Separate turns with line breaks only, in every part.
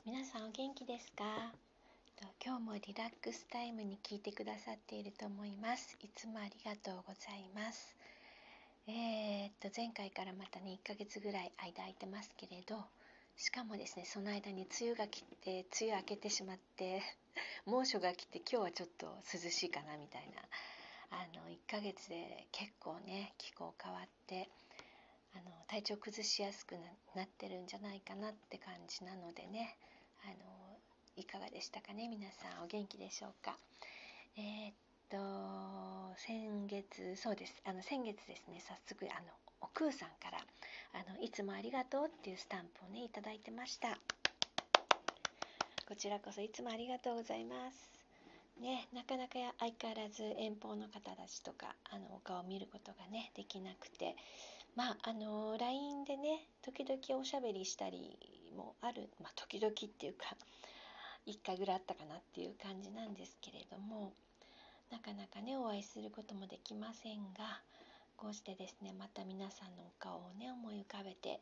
皆さんお元気ですか？今日もリラックスタイムに聞いてくださっていると思います。いつもありがとうございます。前回からまたね1ヶ月ぐらい間空いてますけれど、しかもですねその間に梅雨が来て、梅雨明けてしまって猛暑が来て、今日はちょっと涼しいかなみたいな、1ヶ月で結構ね気候変わって、体調崩しやすくなってるんじゃないかなって感じなのでね、いかがでしたかね。皆さんお元気でしょうか。先月、そうです、先月ですね、早速お空さんからいつもありがとうっていうスタンプをねいただいてました。こちらこそいつもありがとうございますね。なかなか相変わらず遠方の方たちとかお顔を見ることがねできなくて、LINE でね時々おしゃべりしたりもある、時々っていうか1回ぐらいあったかなっていう感じなんですけれども、なかなかねお会いすることもできませんが、こうしてですねまた皆さんのお顔をね思い浮かべて、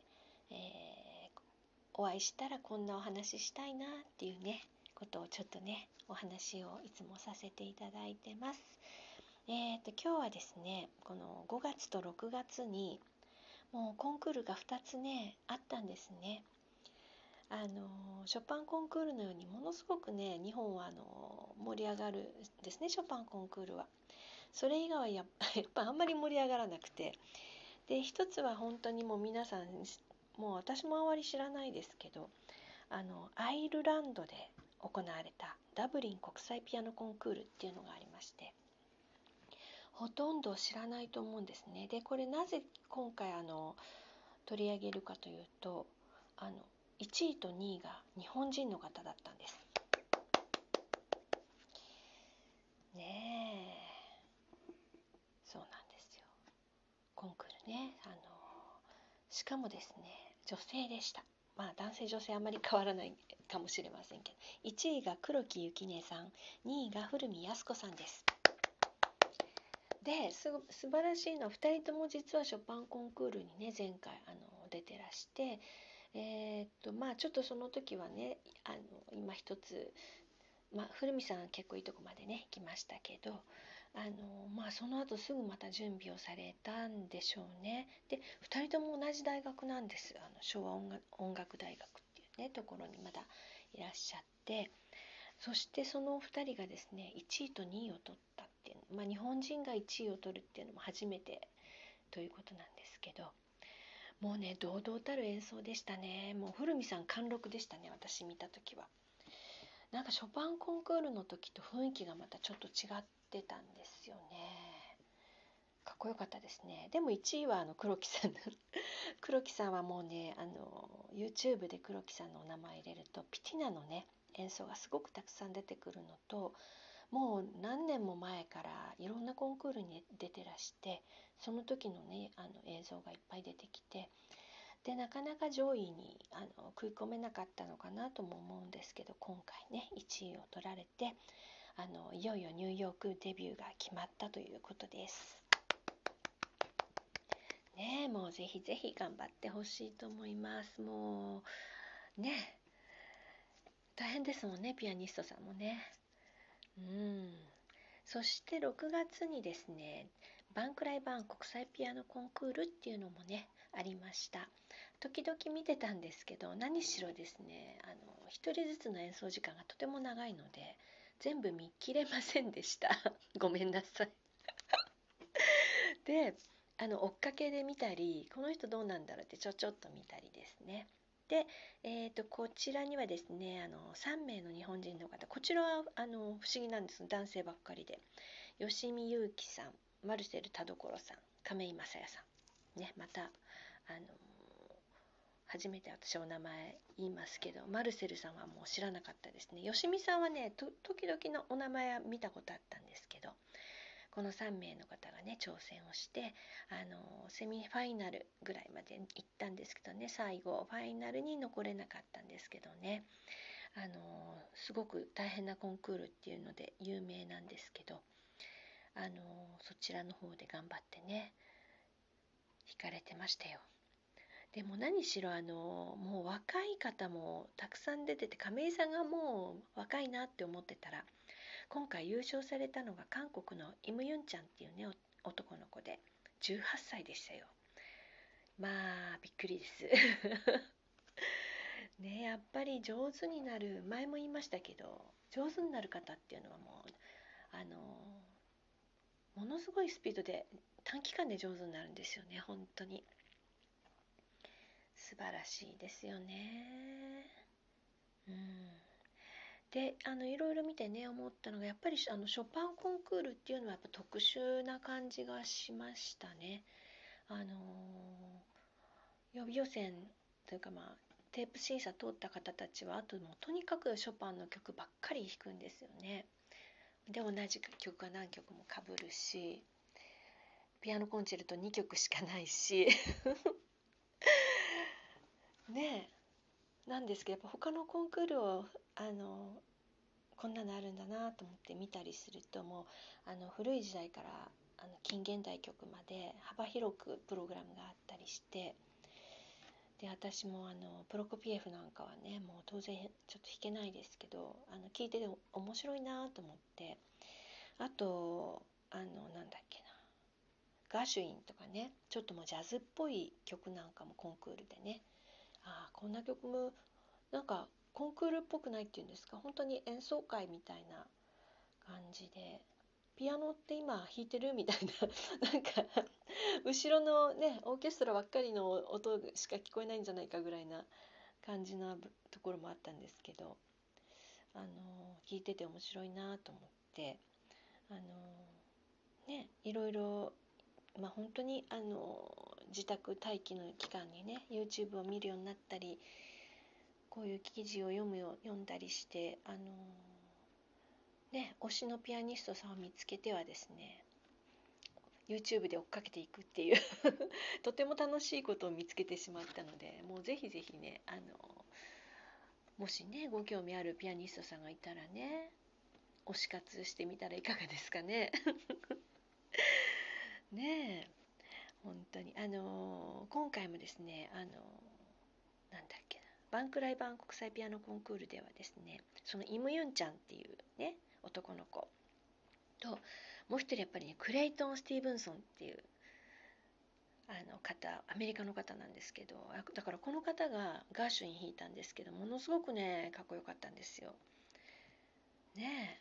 お会いしたらこんなお話ししたいなっていうねことをちょっとねお話をいつもさせていただいてます。今日はですねこの5月と6月にもうコンクールが2つねあったんですね。ショパンコンクールのようにものすごくね日本は盛り上がるんですね、ショパンコンクールは。それ以外はやっぱあんまり盛り上がらなくて、で一つは本当にもう皆さんもう私もあまり知らないですけど、アイルランドで行われたダブリン国際ピアノコンクールっていうのがありまして、ほとんど知らないと思うんですね。でこれなぜ今回取り上げるかというと、1位と2位が日本人の方だったんですね。そうなんですよ。コンクールね、しかもですね女性でした。男性女性あまり変わらないかもしれませんけど、1位が黒木雪音さん、2位が古見靖子さんです。で素晴らしいのは2人とも実はショパンコンクールにね前回出てらして、ちょっとその時はね今一つ、古見さんは結構いいとこまでね行きましたけど、その後すぐまた準備をされたんでしょうね。で2人とも同じ大学なんです。昭和音楽大学っていうねところにまだいらっしゃって、そしてその2人がですね1位と2位を取ったっていう、日本人が1位を取るっていうのも初めてということなんですけど、もうね堂々たる演奏でしたね。もう古見さん貫禄でしたね、私見た時は。なんかショパンコンクールの時と雰囲気がまたちょっと違ってたんですよね。かっこよかったですね。でも1位は黒木さん黒木さんはもうねYouTube で黒木さんのお名前入れるとピティナのね演奏がすごくたくさん出てくるのと、もう何年も前からいろんなコンクールに出てらして、その時のね映像がいっぱい出てきて、でなかなか上位に食い込めなかったのかなとも思うんですけど、今回ね1位を取られていよいよニューヨークデビューが決まったということですね。もうぜひぜひ頑張ってほしいと思います。もうね大変ですもんね、ピアニストさんもね。そして6月にですねバンクライバン国際ピアノコンクールっていうのもねありました。時々見てたんですけど、何しろですね一人ずつの演奏時間がとても長いので全部見切れませんでしたごめんなさいで追っかけで見たり、この人どうなんだろうってちょっと見たりですね。で、こちらにはですね3名の日本人の方、こちらは不思議なんです。男性ばっかりで、吉見優樹さん、マルセル田所さん、亀井正也さんね。また初めて私お名前言いますけど、マルセルさんはもう知らなかったですね。吉見さんはね時々のお名前は見たことあったんですけど、この3名の方がね挑戦をしてセミファイナルぐらいまで行ったんですけどね、最後ファイナルに残れなかったんですけどね、すごく大変なコンクールっていうので有名なんですけど、そちらの方で頑張ってね弾かれてましたよ。 でも何しろもう若い方もたくさん出てて、亀井さんがもう若いなって思ってたら、今回優勝されたのが韓国のイムユンチャンっていうね男の子で18歳でしたよ。まあびっくりですね。やっぱり上手になる、前も言いましたけど、上手になる方っていうのはもうものすごいスピードで短期間で上手になるんですよね。本当に素晴らしいですよね。うん。でいろいろ見てね思ったのが、やっぱりショパンコンクールっていうのはやっぱ特殊な感じがしましたね。予備予選というか、テープ審査通った方たちはあともうとにかくショパンの曲ばっかり弾くんですよね。で同じ曲が何曲もかぶるし、ピアノコンチェルト2曲しかないしねえ、なんですけど、やっぱ他のコンクールをこんなのあるんだなと思って見たりすると、もう古い時代から近現代曲まで幅広くプログラムがあったりして、で私もプロコピエフなんかはね、もう当然ちょっと弾けないですけど、聞いてて面白いなと思って、あとなんだっけな、ガーシュインとかね、ちょっともうジャズっぽい曲なんかもコンクールでね、こんな曲もなんかコンクールっぽくないっていうんですか、本当に演奏会みたいな感じで、ピアノって今弾いてるみたいななんか後ろのねオーケストラばっかりの音しか聞こえないんじゃないかぐらいな感じなところもあったんですけど、聞いてて面白いなと思って、いろいろ、本当に自宅待機の期間にね YouTube を見るようになったり、こういう記事を読んだりして、推しのピアニストさんを見つけてはですね、YouTube で追っかけていくっていうとても楽しいことを見つけてしまったので、もうぜひぜひねもしねご興味あるピアニストさんがいたらね、推し活してみたらいかがですかねねえ、本当に今回もですねなんだっけな、バンクライバン国際ピアノコンクールではですね、そのイムユンチャンっていうね男の子と、もう一人やっぱりねクレイトン・スティーブンソンっていう方、アメリカの方なんですけど、だからこの方がガーシュイン弾いたんですけど、ものすごくねかっこよかったんですよね。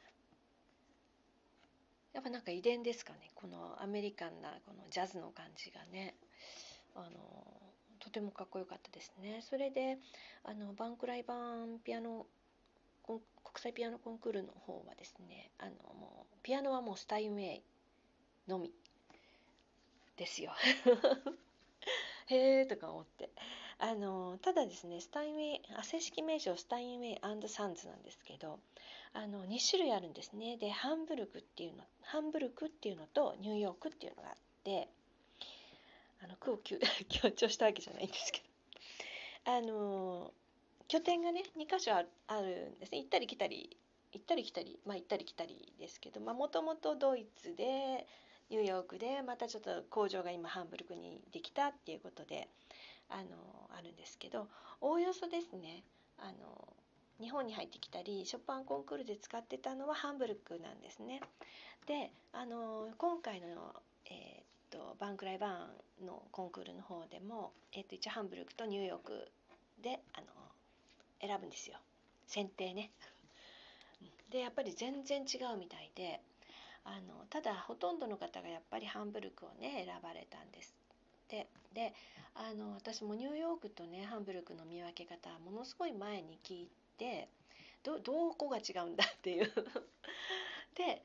やっぱなんか遺伝ですかね、このアメリカンなこのジャズの感じがね、とてもかっこよかったですね。それでバンクライバンピアノ国際ピアノコンクールの方はですね、もうピアノはもうスタインウェイのみですよへーとか思って、ただですね、スタインウェイ、正式名称スタインウェイ&サンズなんですけど、2種類あるんですね。でハンブルクっていうのとニューヨークっていうのがあって、区を強調したわけじゃないんですけど、拠点がね2カ所あるんですね。行ったり来たり、行ったり来たりですけど、もともとドイツでニューヨークで、またちょっと工場が今ハンブルクにできたっていうことであるんですけど、おおよそですね、日本に入ってきたりショパンコンクールで使ってたのはハンブルクなんですね。で今回の、バンクライバーンのコンクールの方でも、一応ハンブルクとニューヨークで選ぶんですよ、選定ね。でやっぱり全然違うみたいで、ただほとんどの方がやっぱりハンブルクをね選ばれたんですって。で私もニューヨークとねハンブルクの見分け方ものすごい前に聞いて、どこが違うんだっていうで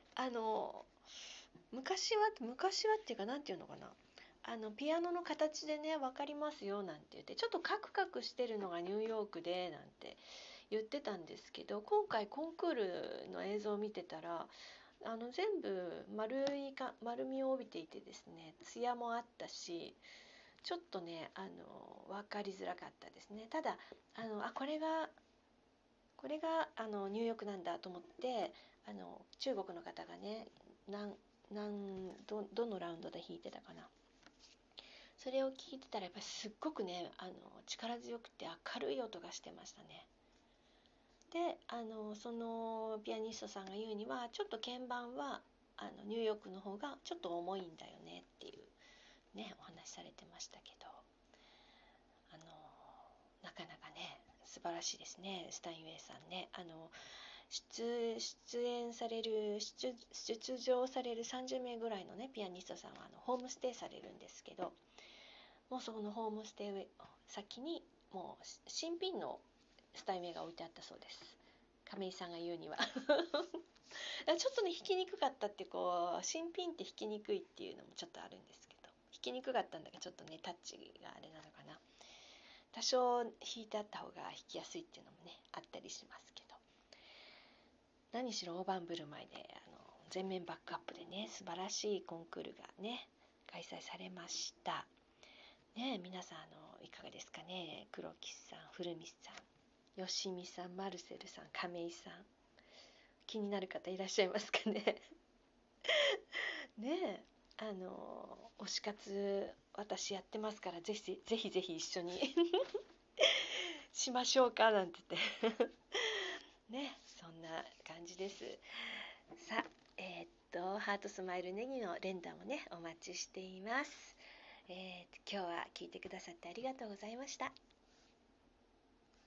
昔はっていうか、なんていうのかな、ピアノの形でね分かりますよなんて言って、ちょっとカクカクしてるのがニューヨークでなんて言ってたんですけど、今回コンクールの映像を見てたら全部丸みを帯びていてですね、艶もあったし、ちょっとね分かりづらかったですね。ただこれがニューヨークなんだと思って、中国の方がねどのラウンドで弾いてたかな、 それを聞いてたらやっぱりすっごくね力強くて明るい音がしてましたね。でそのピアニストさんが言うにはちょっと鍵盤はニューヨークの方がちょっと重いんだよねっていうねお話されてましたけど、なかなかね素晴らしいですね。スタインウェイさんね出演される出場される30名ぐらいのねピアニストさんはホームステイされるんですけど、もうそこのホームステイ先にもう新品のスタインウェイが置いてあったそうです。亀井さんが言うにはちょっとね弾きにくかったって新品って弾きにくいっていうのもちょっとあるんですけど、弾きにくかったんだけどちょっとねタッチがあれなのかな、多少弾いてあった方が弾きやすいっていうのもねあったりしますけど、何しろ大盤振る舞いで全面バックアップでね素晴らしいコンクールがね開催されましたね。皆さんいかがですかね。黒木さん、古見さん、吉見さん、マルセルさん、亀井さん、気になる方いらっしゃいますかねねえ推し活私やってますから、ぜひぜひぜひ一緒にしましょうかなんて言ってね、そんな感じです。さあハートスマイルネギの連打もねお待ちしています。今日は聞いてくださってありがとうございました。